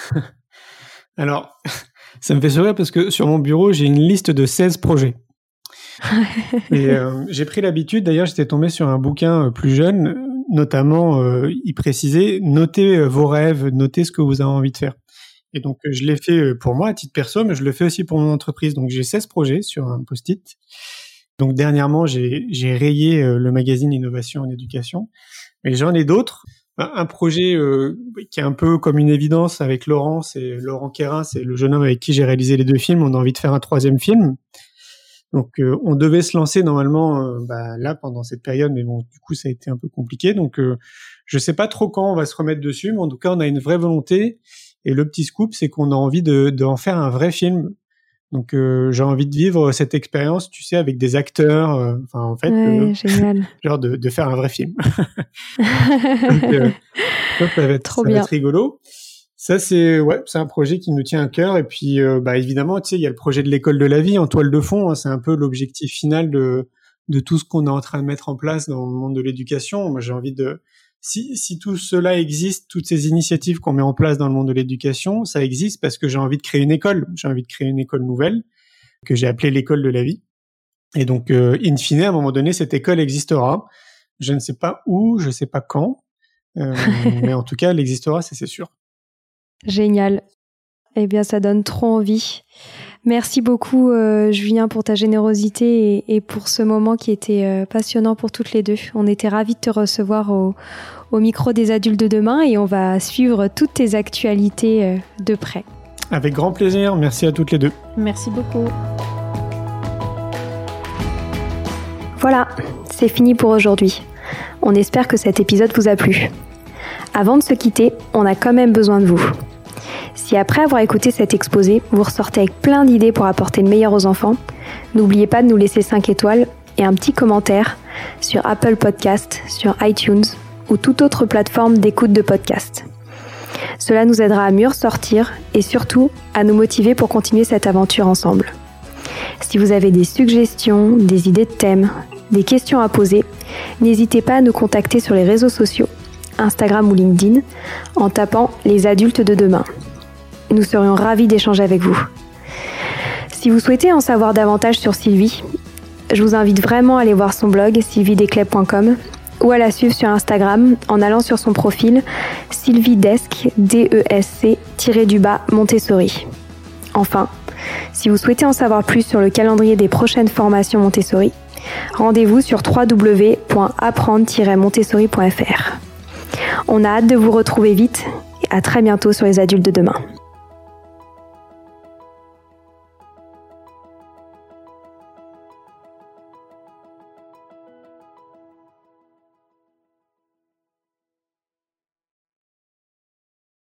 Alors, ça me fait sourire parce que sur mon bureau, j'ai une liste de seize projets. Et euh, j'ai pris l'habitude, d'ailleurs, j'étais tombé sur un bouquin euh, plus jeune, notamment, euh, il précisait « Notez euh, vos rêves, notez ce que vous avez envie de faire ». Et donc, euh, je l'ai fait euh, pour moi, à titre perso, mais je le fais aussi pour mon entreprise. Donc, j'ai seize projets sur un post-it. Donc, dernièrement, j'ai, j'ai rayé euh, le magazine Innovation en éducation. Mais j'en ai d'autres. Un, un projet euh, qui est un peu comme une évidence avec Laurent, c'est Laurent Quérin, c'est le jeune homme avec qui j'ai réalisé les deux films. On a envie de faire un troisième film. Donc, euh, on devait se lancer normalement euh, bah, là pendant cette période, mais bon, du coup, ça a été un peu compliqué. Donc, euh, je sais pas trop quand on va se remettre dessus, mais en tout cas, on a une vraie volonté. Et le petit scoop, c'est qu'on a envie de, de en faire un vrai film. Donc, euh, j'ai envie de vivre cette expérience, tu sais, avec des acteurs. Euh, enfin, en fait, ouais, euh, génial. genre de, de faire un vrai film. Donc, euh, ça, ça va être, trop ça bien. va être rigolo. Ça, c'est ouais, c'est un projet qui nous tient à cœur. Et puis, euh, bah évidemment, tu sais, il y a le projet de l'école de la vie en toile de fond. Hein, c'est un peu l'objectif final de de tout ce qu'on est en train de mettre en place dans le monde de l'éducation. Moi, j'ai envie de si si tout cela existe, toutes ces initiatives qu'on met en place dans le monde de l'éducation, ça existe parce que j'ai envie de créer une école. J'ai envie de créer une école nouvelle que j'ai appelée l'école de la vie. Et donc, euh, in fine, à un moment donné, cette école existera. Je ne sais pas où, je ne sais pas quand, euh, mais en tout cas, elle existera, c'est, c'est sûr. Génial. Eh bien, ça donne trop envie. Merci beaucoup, euh, Julien, pour ta générosité et, et pour ce moment qui était euh, passionnant pour toutes les deux. On était ravis de te recevoir au, au micro des adultes de demain et on va suivre toutes tes actualités euh, de près. Avec grand plaisir. Merci à toutes les deux. Merci beaucoup. Voilà, c'est fini pour aujourd'hui. On espère que cet épisode vous a plu. Avant de se quitter, on a quand même besoin de vous. Si après avoir écouté cet exposé, vous ressortez avec plein d'idées pour apporter le meilleur aux enfants, n'oubliez pas de nous laisser cinq étoiles et un petit commentaire sur Apple Podcast, sur iTunes ou toute autre plateforme d'écoute de podcast. Cela nous aidera à mieux ressortir et surtout à nous motiver pour continuer cette aventure ensemble. Si vous avez des suggestions, des idées de thèmes, des questions à poser, n'hésitez pas à nous contacter sur les réseaux sociaux, Instagram ou LinkedIn, en tapant « Les adultes de demain ». Nous serions ravis d'échanger avec vous. Si vous souhaitez en savoir davantage sur Sylvie, je vous invite vraiment à aller voir son blog sylvie desclés point com ou à la suivre sur Instagram en allant sur son profil sylviedesc, D E S C, tiré du bas, Montessori. Enfin, si vous souhaitez en savoir plus sur le calendrier des prochaines formations Montessori, rendez-vous sur w w w point apprendre tiret montessori point f r. On a hâte de vous retrouver vite et à très bientôt sur les adultes de demain.